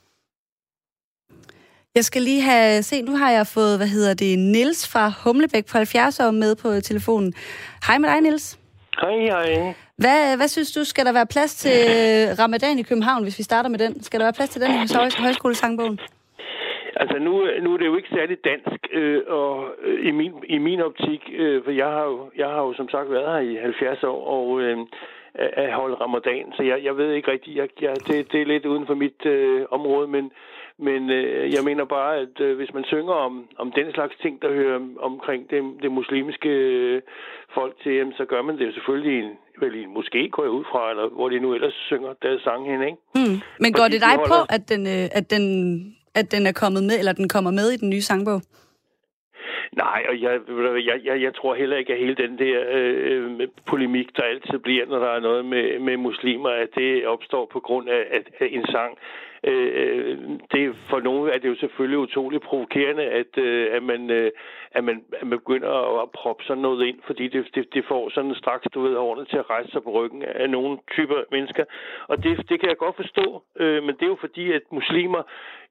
Jeg skal lige nu har jeg fået, Niels fra Humlebæk på 70 år med på telefonen. Hej med dig, Niels. Hej. Hvad synes du, skal der være plads til Ramadan i København, hvis vi starter med den? Skal der være plads til den i højskolesangbogen? Altså, nu er det jo ikke særlig dansk, og i min optik, for jeg har jo som sagt været her i 70 år, og at holde ramadan, så jeg ved ikke rigtigt, det er lidt uden for mit område, men jeg mener bare, at hvis man synger om den slags ting, der hører omkring det muslimske folk til, så gør man det selvfølgelig i en moské, går jeg ud fra, eller hvor de nu ellers synger deres sang hen, ikke? Men går det dig på, at den er kommet med, eller den kommer med i den nye sangbog? Nej, og jeg tror heller ikke, at hele den der polemik, der altid bliver, når der er noget med muslimer, at det opstår på grund af en sang. For nogle er det jo selvfølgelig utroligt provokerende, at man begynder at proppe sådan noget ind, fordi det får sådan straks, hårene til at rejse sig på ryggen af nogle typer mennesker. Og det kan jeg godt forstå, men det er jo fordi, at muslimer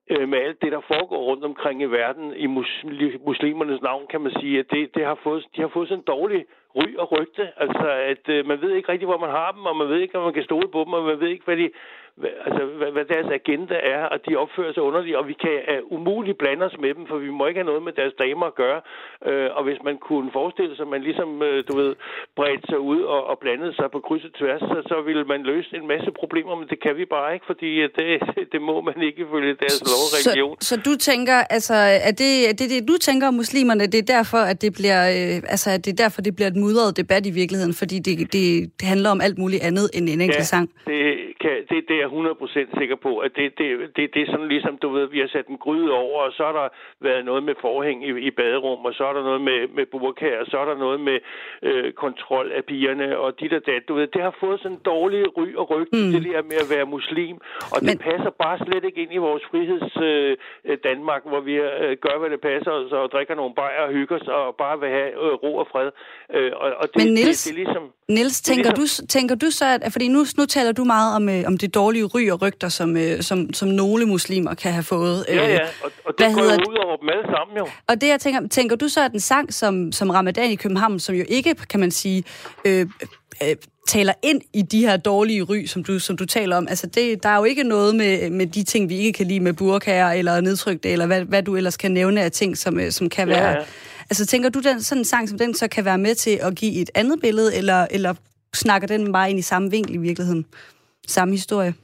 med alt det, der foregår rundt omkring i verden i muslimernes navn, kan man sige, at de har fået sådan en dårlig ry og rygte. Altså, at man ved ikke rigtig, hvor man har dem, og man ved ikke, om man kan stole på dem, og man ved ikke, hvad deres agenda er, og de opfører sig underligt, og vi kan umuligt blande os med dem, for vi må ikke have noget med deres damer at gøre. Og hvis man kunne forestille sig, at man ligesom, bredte sig ud og blandede sig på kryds og tværs, så ville man løse en masse problemer, men det kan vi bare ikke, fordi det må man ikke ifølge deres lov og religion. Så du tænker, altså, er det du tænker om muslimerne, det er derfor, at det bliver, det bliver et mudret debat i virkeligheden, fordi det handler om alt muligt andet end en enkelt sang? Det er jeg 100% sikker på, at det er sådan ligesom, du ved, vi har sat en gryde over, og så har der været noget med forhæng i baderum, og så er der noget med burka, og så er der noget med kontrol af pigerne, og dit og dat, du ved, det har fået sådan en dårlig ry og rygte, det der med at være muslim, og det passer bare slet ikke ind i vores friheds Danmark, hvor vi gør, hvad det passer os, og drikker nogle bajer og hygger os, og bare vil have ro og fred. Og det, men Niels, det er ligesom... Niels, tænker du så, at fordi nu taler du meget om det dårlige ry og rygter, som nogle muslimer kan have fået. Ja, og det går jo ud over dem alle sammen, jo. Og det, jeg tænker du så, at en sang som Ramadan i København, som jo ikke, kan man sige, taler ind i de her dårlige ry, som du taler om. Altså, der er jo ikke noget med de ting, vi ikke kan lide med burkaer eller nedtrykte, eller hvad du ellers kan nævne af ting, som kan være... Ja. Altså, tænker du, sådan en sang som den så kan være med til at give et andet billede, eller snakker den bare ind i samme vinkel i virkeligheden? Samme historie?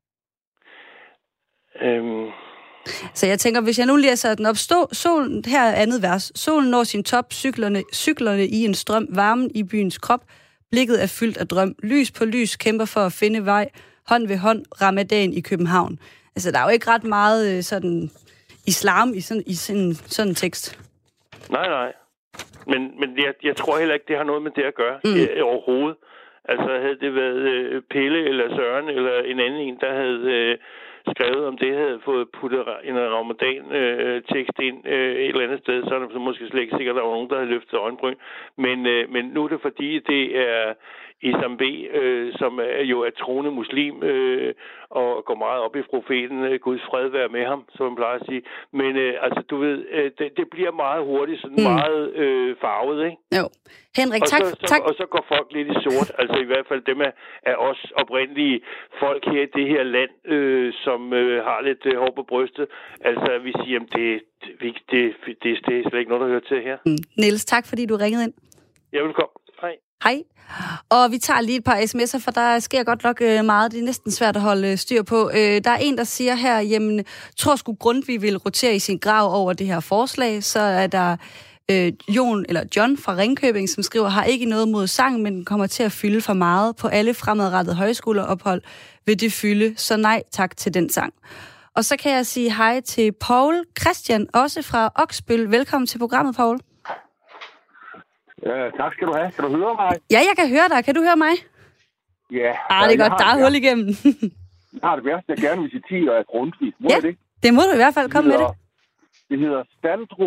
Så jeg tænker, hvis jeg nu læser den op, solen, her er andet vers. Solen når sin top, cyklerne i en strøm, varmen i byens krop, blikket er fyldt af drøm, lys på lys, kæmper for at finde vej, hånd ved hånd, Ramadan i København. Altså, der er jo ikke ret meget sådan islam i sådan en tekst. Nej. Men jeg tror heller ikke, det har noget med det at gøre overhovedet. Altså, havde det været Pelle eller Søren eller en anden der havde skrevet om det, havde fået puttet en Ramadan-tekst ind et eller andet sted, så er det måske slet ikke sikkert, at der var nogen, der havde løftet øjenbryn. Men nu er det fordi, det er Isam B, som jo er troende muslim og går meget op i profeten, Guds fred være med ham, som man plejer at sige. Men altså, du ved, det bliver meget hurtigt, sådan meget farvet, ikke? Jo. Henrik, tak. Og så går folk lidt i sort, altså i hvert fald dem af os oprindelige folk her i det her land, som har lidt hår på brystet. Altså, vi siger, at det er slet ikke noget, der hører til her. Niels, tak fordi du ringede ind. Ja, velkommen. Hej. Og vi tager lige et par sms'er, for der sker godt nok meget. Det er næsten svært at holde styr på. Der er en, der siger her, jamen, tror sgu Grundtvig vil rotere i sin grav over det her forslag. Så er der John fra Ringkøbing, som skriver, har ikke noget mod sang, men den kommer til at fylde for meget på alle fremadrettede højskoleophold. Vil det fylde? Så nej tak til den sang. Og så kan jeg sige hej til Paul Christian, også fra Oksbøl. Velkommen til programmet, Paul. Ja, tak skal du have. Kan du høre mig? Ja, jeg kan høre dig. Kan du høre mig? Ja. Det er godt. Der er hul igennem. Jeg har det værste, jeg gerne vil citere af Grundtvig. Må jeg det? Det må du i hvert fald. Kom med det. Det hedder Standro,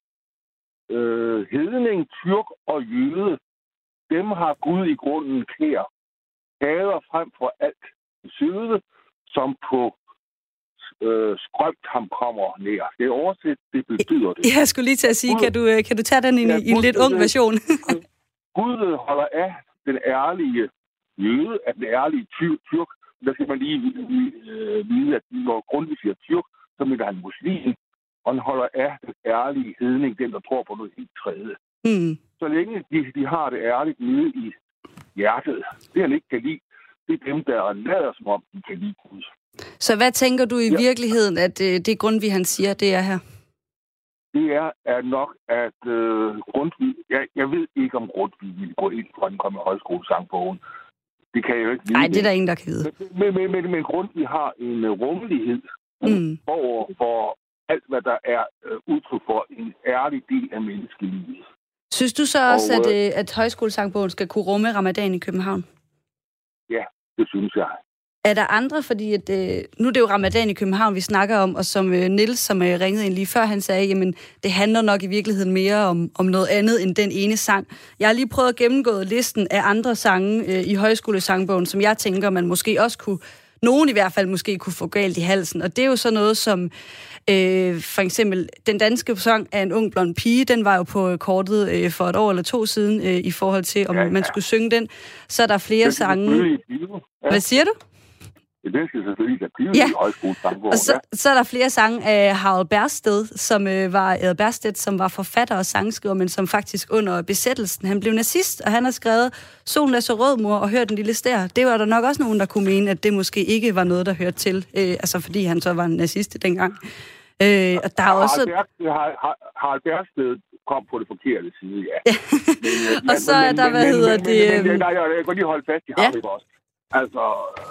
hedning, tyrk og jøde. Dem har Gud i grunden kær. Hader frem for alt søde, som på skrømt ham kommer nær. Det er oversat, det betyder det. Jeg skulle lige til at sige, kan du tage den i en lidt ung version? Gud holder af den ærlige jøde, af den ærlige tyrk. Der skal man lige vide, at når Grundtvig siger tyrk, så mener han muslim, og han holder af den ærlige hedning, den der tror på noget helt tredje. Så længe de har det ærligt nede i hjertet, det han ikke kan lide, det er dem, der lader som om de kan lide Gud. Så hvad tænker du i virkeligheden, at det Grundtvig, han siger, det er her? Det er nok, at Grundtvig... Jeg ved ikke, om Grundtvig ville gå ind for, at den kom med højskolesangbogen. Det kan jeg jo ikke vide. Nej, det er der ingen, der kan vide. Men Grundtvig har en rummelighed over for alt, hvad der er udtryk for en ærlig del af menneskelivet. Synes du så også, at højskolesangbogen skal kunne rumme Ramadan i København? Ja, det synes jeg. Er der andre, fordi at, nu er det jo Ramadan i København, vi snakker om, og som Niels, som ringede ind lige før, han sagde, jamen det handler nok i virkeligheden mere om noget andet end den ene sang. Jeg har lige prøvet at gennemgå listen af andre sange i højskolesangbogen, som jeg tænker, man måske også kunne nogen i hvert fald måske kunne få galt i halsen. Og det er jo så noget, som for eksempel den danske sang af En ung blond pige, den var jo på kortet for et år eller 2 siden i forhold til, om man skulle synge den. Så er der flere sange. Hvad siger du? Det skal selvfølgelig have blive i højskolesangbogen. Og så er der flere sange af Harald Berstedt, som var forfatter og sangskriver, men som faktisk under besættelsen, han blev nazist, og han har skrevet Solen er så rød, mor, og Hør den lille stær. Det var der nok også nogen, der kunne mene, at det måske ikke var noget, der hørte til, altså fordi han så var en nazist dengang. Og der er også... Harald Berstedt kom på det forkerte side, ja. Og så er der, hvad hedder det... Jeg kan lige holde fast i Harald også. Altså...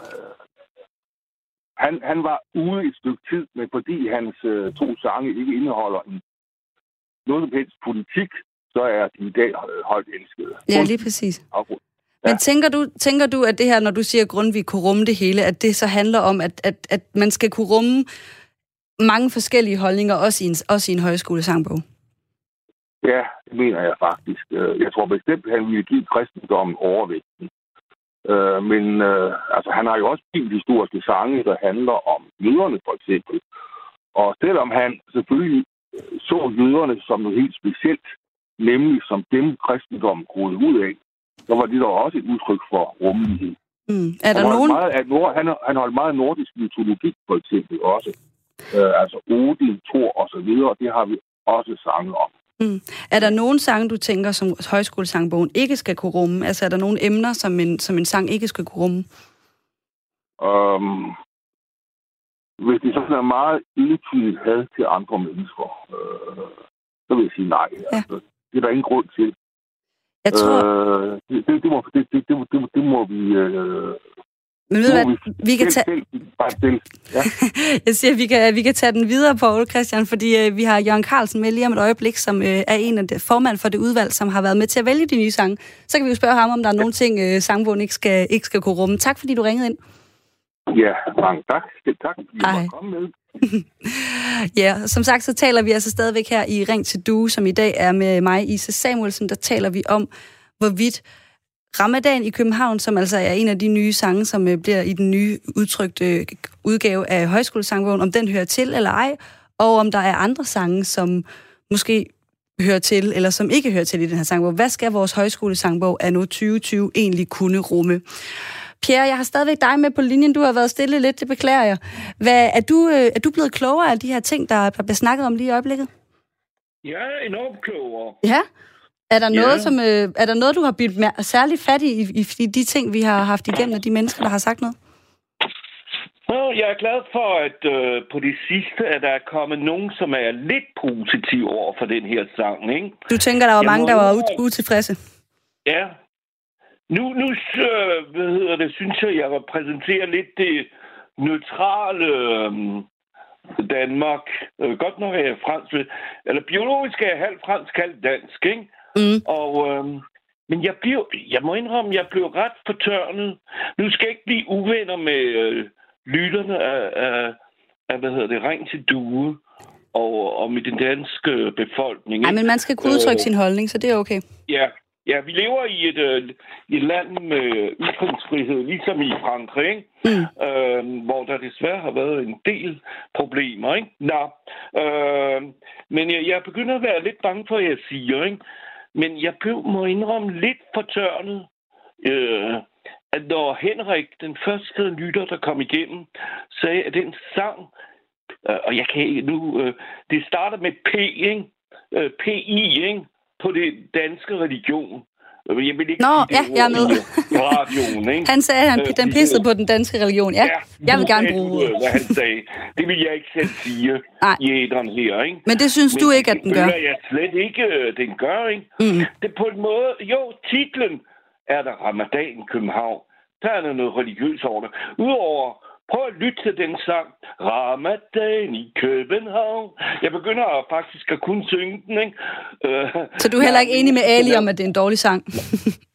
Han var ude et stykke tid, men fordi hans 2 sange ikke indeholder noget som helst politik, så er de i dag højt elskede. Ja, lige præcis. Ja. Men tænker du, at det her, når du siger, at Grundtvig kunne rumme det hele, at det så handler om, at man skal kunne rumme mange forskellige holdninger, også i en højskolesangbog? Ja, det mener jeg faktisk. Jeg tror bestemt, at han ville give kristendommen overvægten. Men han har jo også helt historiske sange, der handler om jøderne, for eksempel. Og selvom han selvfølgelig så jøderne som noget helt specielt, nemlig som dem kristendommen groede ud af, så var det da også et udtryk for rummelighed. Er der nogen... Han holdt meget nordisk mytologi, for eksempel også. Odin, Thor og så videre, det har vi også sange om. Er der nogen sange, du tænker, som højskolesangbogen ikke skal kunne rumme? Altså, er der nogle emner, som en sang ikke skal kunne rumme? Hvis det sådan er meget entydigt had til andre mennesker, så vil jeg sige nej. Ja. Altså, det er der ingen grund til. Jeg tror... Det må vi... Men ved du hvad, vi kan tage... Ja. Jeg siger, vi kan tage den videre, Poul Christian, fordi vi har Jørgen Carlsen med lige om et øjeblik, som er en af de formand for det udvalg, som har været med til at vælge de nye sange. Så kan vi jo spørge ham, om der er nogle ting, sangbogen ikke skal kunne rumme. Tak, fordi du ringede ind. Ja, mange tak. Tak, fordi du var kommet med. Ja, som sagt, så taler vi altså stadigvæk her i Ring til Due, som i dag er med mig, Isa Samuelsen. Der taler vi om, hvorvidt Ramadan i København, som altså er en af de nye sange, som bliver i den nye udtrykte udgave af højskolesangbogen, om den hører til eller ej, og om der er andre sange, som måske hører til, eller som ikke hører til i den her sangbog. Hvad skal vores højskolesangbog anno 2020 egentlig kunne rumme? Pierre, jeg har stadigvæk dig med på linjen. Du har været stille lidt, det beklager jeg. Er du blevet klogere af de her ting, der bliver snakket om lige i øjeblikket? Jeg er enormt klogere. Ja? Er der noget, du har bidt særligt fat i de ting, vi har haft igennem, af de mennesker, der har sagt noget? Jeg er glad for, at på det sidste, at der er kommet nogen, som er lidt positiv over for den her sang, ikke? Du tænker, der var mange, der var utilfredse? Ja. Nu synes jeg repræsenterer lidt det neutrale Danmark. Godt nok er jeg fransk, eller biologisk er jeg halvt fransk, halvt dansk, ikke? Og, men jeg må indrømme, jeg blev ret fortørnet. Nu skal jeg ikke blive uvenner med lytterne af Ring til Due og med den danske befolkning. Nej, men man skal kunne udtrykke sin holdning, så det er okay. Ja, vi lever i et land med ytringsfrihed, ligesom i Frankrig, ikke? Hvor der desværre har været en del problemer, ikke? Men jeg begynder at være lidt bange for, at jeg siger, ikke? Men jeg må indrømme lidt fortørnet, at når Henrik, den første lytter, der kom igennem, sagde, at den sang, og jeg kan ikke nu, det starter med P, ikke? PI, ikke? På det danske religion. Jeg vil ikke jeg er med. I radioen, ikke? Han sagde, at den pissede på den danske religion. Ja, jeg vil gerne bruge det. Hvad han sagde. Det vil jeg ikke selv sige i æderen her, ikke? Men det synes du ikke, at den gør? Men jeg slet ikke, den gør, ikke? Det på en måde, titlen er der Ramadan i København. Der er noget religiøst over det. Udover, prøv at lytte til den sang, Ramadan i København. Jeg begynder faktisk at kunne synge den, ikke? Så du er heller ikke enig med Ali om, at det er en dårlig sang?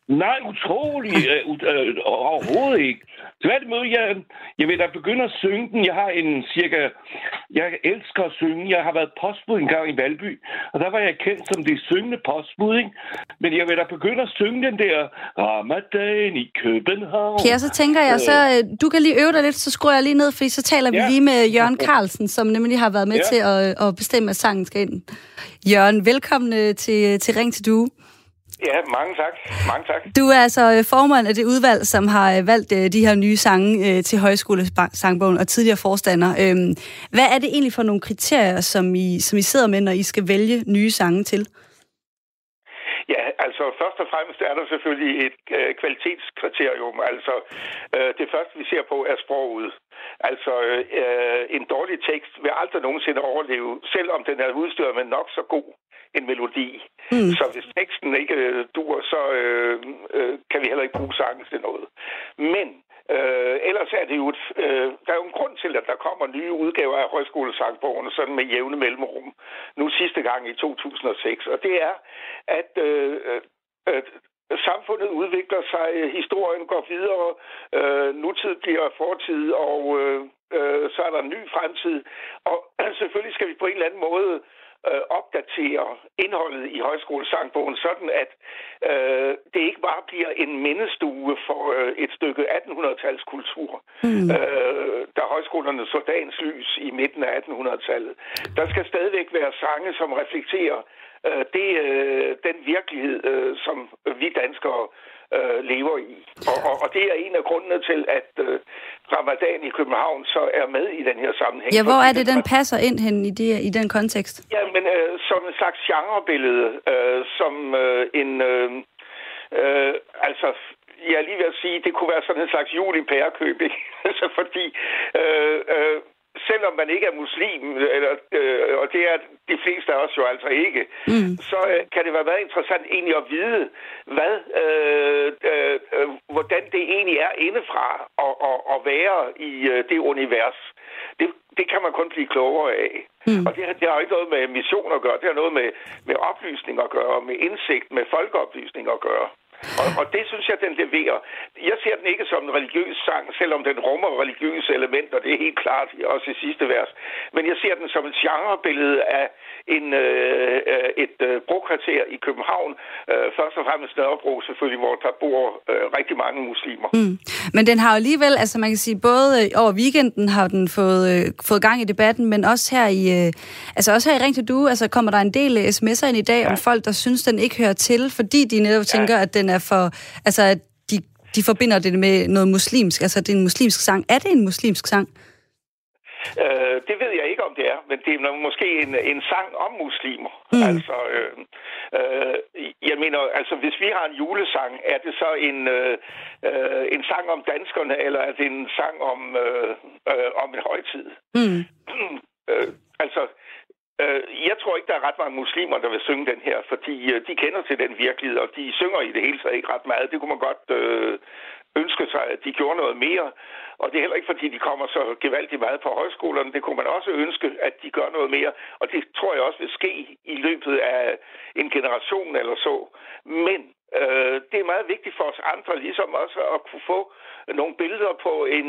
Nej, utroligt. Overhovedet ikke. Tværtimod, jeg vil da begynde at synge den. Jeg elsker at synge. Jeg har været postbud en gang i Valby, og der var jeg kendt som det syngende postbud, ikke? Men jeg vil da begynde at synge den der Ramadan i København. Okay, og så tænker jeg, du kan lige øve dig lidt, så skruer jeg lige ned, fordi så taler vi lige med Jørgen Carlsen, som nemlig har været med til at bestemme, at sangen skal ind. Jørgen, velkommen til Ring til Due. Ja, mange tak. Mange tak. Du er altså formand af det udvalg, som har valgt de her nye sange til Højskolesangbogen og tidligere forstander. Hvad er det egentlig for nogle kriterier, som I sidder med, når I skal vælge nye sange til? Ja, altså først og fremmest er der selvfølgelig et kvalitetskriterium. Altså det første, vi ser på, er sproget. Altså en dårlig tekst vil aldrig nogensinde overleve, selvom den er udstyret med nok så god en melodi. Så hvis teksten ikke dur, så kan vi heller ikke bruge sangen til noget. Men ellers er det jo der er jo en grund til, at der kommer nye udgaver af Højskolesangbogen sådan med jævne mellemrum. Nu sidste gang i 2006. Og det er, at samfundet udvikler sig, historien går videre, nutid bliver fortid, og så er der en ny fremtid. Og selvfølgelig skal vi på en eller anden måde opdatere indholdet i Højskolesangbogen, sådan at det ikke bare bliver en mindestue for et stykke 1800-tals kultur, da højskolerne så dagens lys i midten af 1800-tallet. Der skal stadigvæk være sange, som reflekterer den virkelighed, som vi danskere lever i. Og det er en af grundene til, at Ramadan i København så er med i den her sammenhæng. Ja, hvor er det, den passer ind hen i den kontekst? Ja, men som en slags genrebillede, som altså, jeg er lige ved at sige, det kunne være sådan en slags jul i Pærekøb, ikke? Altså, fordi selvom man ikke er muslim, og det er de fleste af os jo altså ikke, så kan det være meget interessant egentlig at vide, hvordan det egentlig er indefra at være i det univers. Det kan man kun blive klogere af. Og det har ikke noget med mission at gøre, det har noget med oplysning at gøre, med indsigt, med folkeoplysning at gøre. Og det synes jeg, den leverer. Jeg ser den ikke som en religiøs sang, selvom den rummer religiøse elementer, det er helt klart, også i sidste vers. Men jeg ser den som et genrebillede af et brokvarter i København. Først og fremmest Nørrebro selvfølgelig, hvor der bor rigtig mange muslimer. Men den har jo alligevel, altså man kan sige, både over weekenden har den fået gang i debatten, men også her i Ring til Due, altså kommer der en del sms'er ind i dag om folk, der synes, den ikke hører til, fordi de netop tænker, at den er for, altså at de forbinder det med noget muslimsk, altså det er en muslimsk sang. Er det en muslimsk sang? Det ved jeg ikke, om det er, men det er måske en sang om muslimer. Altså, jeg mener, altså hvis vi har en julesang, er det så en sang om danskerne, eller er det en sang om en højtid? Altså, jeg tror ikke, der er ret mange muslimer, der vil synge den her, fordi de kender til den virkelighed, og de synger i det hele taget ikke ret meget. Det kunne man godt ønske sig, at de gjorde noget mere. Og det er heller ikke, fordi de kommer så gevaldigt meget på højskolerne. Det kunne man også ønske, at de gør noget mere. Og det tror jeg også vil ske i løbet af en generation eller så. Men det er meget vigtigt for os andre, ligesom også at kunne få nogle billeder på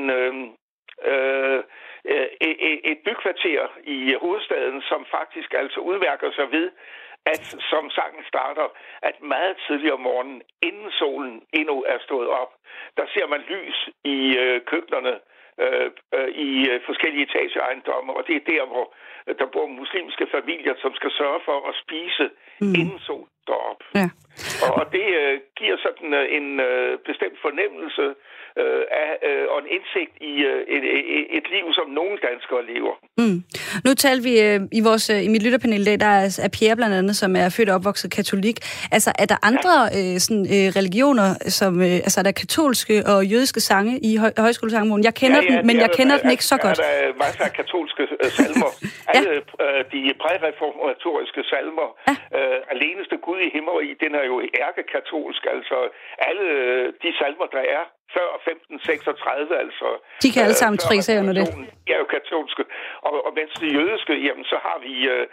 et bykvarter i hovedstaden, som faktisk altså udmærker sig ved, at som sangen starter, at meget tidligere om morgenen, inden solen endnu er stået op, der ser man lys i køkkenerne i forskellige etageejendomme, og det er der, hvor der bor muslimske familier, som skal sørge for at spise, inden solen står op. Ja. Og det giver sådan en bestemt fornemmelse og en indsigt i et liv, som nogle danskere lever. Nu talte vi i mit lytterpanel i dag, der er Pierre blandt andet, som er født og opvokset katolik. Altså, er der andre religioner, som altså er der katolske og jødiske sange i Højskolesangbogen? Jeg kender den, men jeg kender den ikke så godt. Der er masser af katolske salmer. Alle de præreformatoriske salmer. Aleneste Gud i himmeri, den er jo ærkekatolsk. Altså, alle de salmer, der er før 1536, altså... De kan alle sammen trække sig under det. De er jo katolske. Og mens det jødiske, jamen, så har vi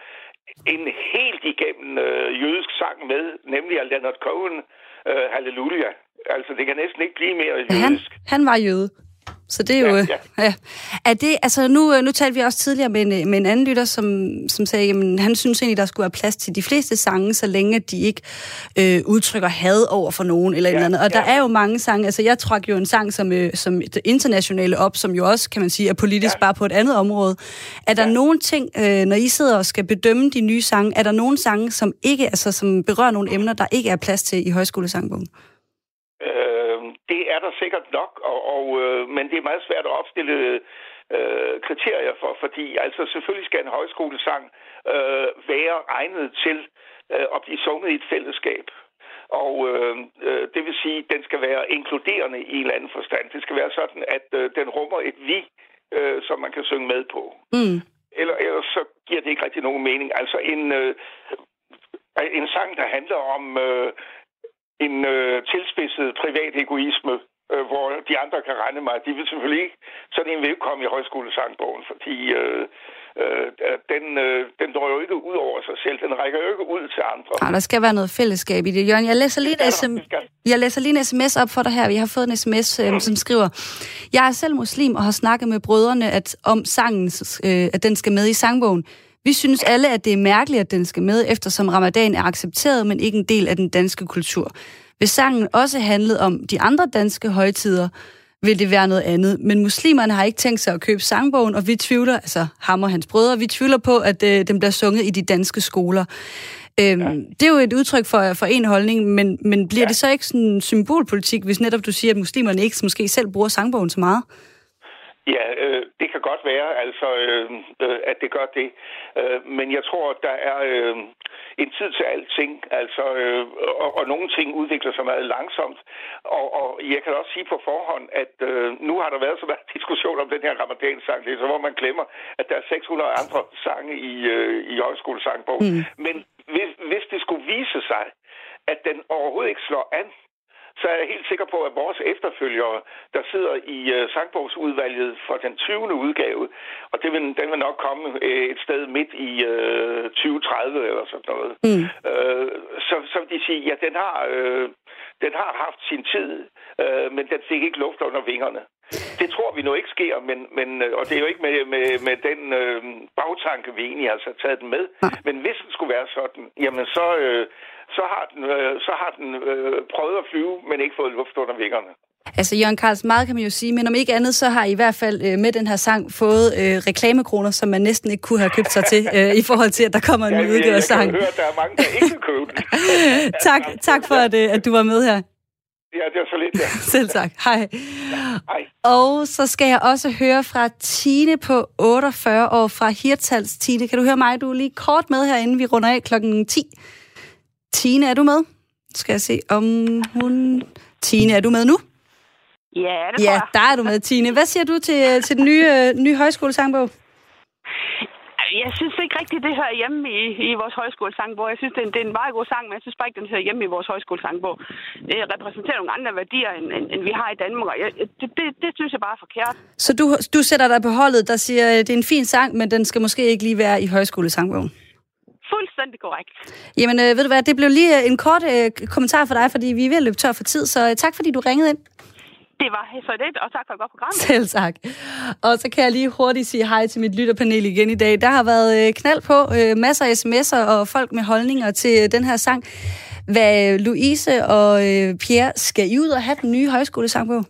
en helt igennem jødisk sang med, nemlig af Leonard Cohen, Halleluja. Altså, det kan næsten ikke blive mere jødisk. Han var jøde. Så det er jo... Ja. Er det, altså nu talte vi også tidligere med en anden lytter, som sagde, jamen, han synes egentlig, der skulle være plads til de fleste sange, så længe de ikke udtrykker had over for nogen eller et eller andet. Og der er jo mange sange, altså jeg trak jo en sang som det internationale op, som jo også, kan man sige, er politisk bare på et andet område. Er der nogen ting, når I sidder og skal bedømme de nye sange, er der nogen sange, som ikke, altså som berører nogle emner, der ikke er plads til i højskolesangbogen? Det er der sikkert nok, men det er meget svært at opstille kriterier for, fordi altså selvfølgelig skal en højskolesang være egnet til at blive sunget i et fællesskab. Og det vil sige, at den skal være inkluderende i en eller anden forstand. Det skal være sådan, at den rummer et vi, som man kan synge med på. Mm. Ellers så giver det ikke rigtig nogen mening. Altså en sang, der handler om... en tilspidset privat egoisme, hvor de andre kan regne mig. De vil selvfølgelig ikke, sådan en vil ikke komme i højskolesangbogen, fordi den dår jo ikke ud over sig selv. Den rækker jo ikke ud til andre. Ja, der skal være noget fællesskab i det. Jørgen, jeg læser lige en sms op for dig her. Vi har fået en sms, som skriver, jeg er selv muslim og har snakket med brødrene om sangen, at den skal med i sangbogen. Vi synes alle, at det er mærkeligt, at den skal med, eftersom ramadan er accepteret, men ikke en del af den danske kultur. Hvis sangen også handlede om de andre danske højtider, vil det være noget andet. Men muslimerne har ikke tænkt sig at købe sangbogen, og vi tvivler, altså ham og hans brødre, vi tvivler på, at den bliver sunget i de danske skoler. Det er jo et udtryk for en holdning, men bliver det så ikke sådan en symbolpolitik, hvis netop du siger, at muslimerne ikke måske selv bruger sangbogen så meget? Ja, det kan godt være, altså, at det gør det. Men jeg tror, at der er en tid til alting, altså, og nogle ting udvikler sig meget langsomt. Og jeg kan også sige på forhånd, at nu har der været så meget diskussion om den her ramadansang, det er så, hvor man glemmer, at der er 600 andre sange i højskolesangbogen. Mm. Men hvis det skulle vise sig, at den overhovedet ikke slår an, så er jeg helt sikker på, at vores efterfølgere, der sidder i sangbogsudvalget for den 20. udgave, og den vil nok komme et sted midt i 2030 eller sådan noget, så vil de sige, ja, den har haft sin tid, men den fik ikke luft under vingerne. Det tror vi nu ikke sker, men og det er jo ikke med den bagtanke, vi egentlig har taget den med. Men hvis den skulle være sådan, jamen så har den prøvet at flyve, men ikke fået luft under vingerne. Altså, Jørgen Karlsen, meget kan man jo sige, men om ikke andet, så har I hvert fald med den her sang fået reklamekroner, som man næsten ikke kunne have købt sig til, i forhold til, at der kommer en ny udgave af sang. Jeg kan høre, at der er mange, der ikke kan købe den. tak for, at du var med her. Ja, det var så lidt, ja. Selv tak. Hej. Ja, hej. Og så skal jeg også høre fra Tine på 48 år fra Hirtshals. Tine, kan du høre mig? Du er lige kort med herinde. Vi runder af klokken 10. Tine, er du med? Skal jeg se om hun... Tine, er du med nu? Ja, det tror jeg. Ja, der er du med, Tine. Hvad siger du til den nye højskolesangbog? Jeg synes ikke rigtigt, det hører hjemme i vores højskolesangbog. Jeg synes, det er en meget god sang, men jeg synes bare ikke, den hører hjemme i vores højskolesangbog. Det repræsenterer nogle andre værdier, end vi har i Danmark, og det synes jeg bare er forkert. Så du sætter dig på holdet, der siger, det er en fin sang, men den skal måske ikke lige være i højskolesangbogen? Fuldstændig korrekt. Jamen, ved du hvad, det blev lige en kort kommentar for dig, fordi vi er ved at løbe tør for tid, så tak fordi du ringede ind. Det var så det, og tak for et godt program. Selv tak. Og så kan jeg lige hurtigt sige hej til mit lytterpanel igen i dag. Der har været knald på, masser af sms'er og folk med holdninger til den her sang. Hvad Louise og Pierre, skal I ud og have den nye højskolesangbog?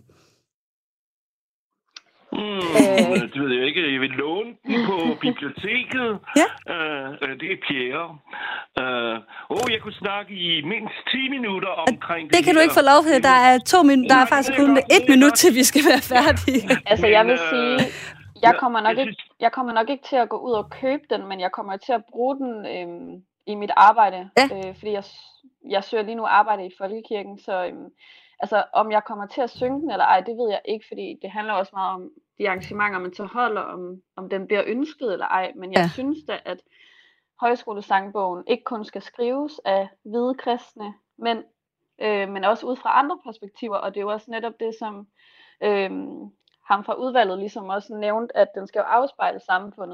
Det ved jeg ikke. Jeg vil låne den på biblioteket. Ja. Det er Pierre. Jeg kunne snakke i mindst 10 minutter omkring det. Det kan du ikke få lov til. Der er 2 minutter. Der er faktisk kun 1 minut til, vi skal være færdige. Altså, jeg vil sige, jeg kommer nok ikke til at gå ud og købe den, men jeg kommer til at bruge den i mit arbejde. Ja. Fordi jeg søger lige nu arbejde i Folkekirken, så altså, om jeg kommer til at synge den eller ej, det ved jeg ikke, fordi det handler også meget om de arrangementer, man så holder, om den bliver ønsket eller ej. Men jeg synes da, at højskolesangbogen ikke kun skal skrives af hvide kristne mænd, men også ud fra andre perspektiver. Og det er jo også netop det, som ham fra udvalget ligesom også nævnt, at den skal jo afspejle samfundet.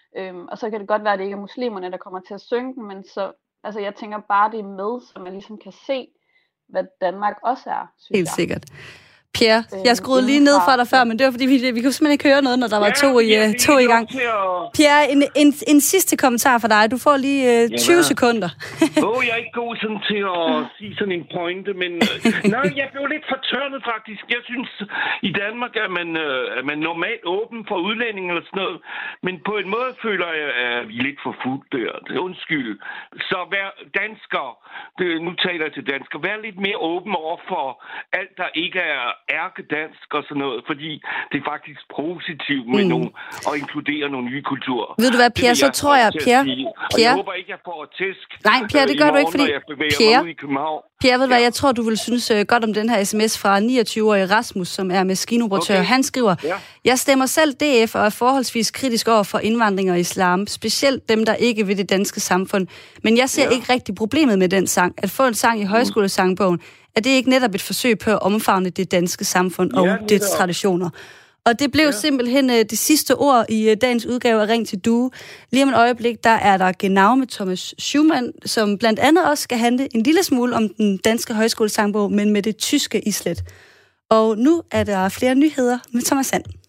Og så kan det godt være, at det ikke er muslimerne, der kommer til at synge den, men så, altså jeg tænker bare, det er med, så man ligesom kan se, hvad Danmark også er, synes Helt jeg. sikkert. Pierre, jeg skruede lige ned fra dig før, men det var fordi, vi kunne simpelthen ikke høre noget, når der var to i gang. Pierre, en sidste kommentar fra dig. Du får lige 20 sekunder. Jeg er ikke god sådan til at sige sådan en pointe, men nej, jeg blev lidt fortørnet faktisk. Jeg synes, i Danmark er man normalt åben for udlændinge eller sådan noget, men på en måde føler jeg, at vi er lidt for fuldt der. Undskyld. Så vær dansker, nu taler jeg til dansker, vær lidt mere åben over for alt, der ikke er ærkedansk og sådan noget, fordi det er faktisk positivt med nogle, at inkludere nogle nye kulturer. Ved du hvad, Pierre, så tror jeg, Pierre... Og jeg håber ikke, jeg får tæsk. Nej, Pierre, det gør du ikke, fordi... Pierre, ved du hvad, jeg tror, du vil synes godt om den her sms fra 29-årige Rasmus, som er maskinoperatør. Okay. Han skriver, jeg stemmer selv DF og er forholdsvis kritisk over for indvandring og islam, specielt dem, der ikke vil det danske samfund. Men jeg ser ikke rigtig problemet med den sang. At få en sang i højskolesangbogen, er det ikke netop et forsøg på at omfavne det danske samfund og dets traditioner? Og det blev simpelthen det sidste ord i dagens udgave af Ring til Due. Lige om et øjeblik, der er der Genau med Thomas Schumann, som blandt andet også skal handle en lille smule om den danske højskolesangbog, men med det tyske islet. Og nu er der flere nyheder med Thomas Sand.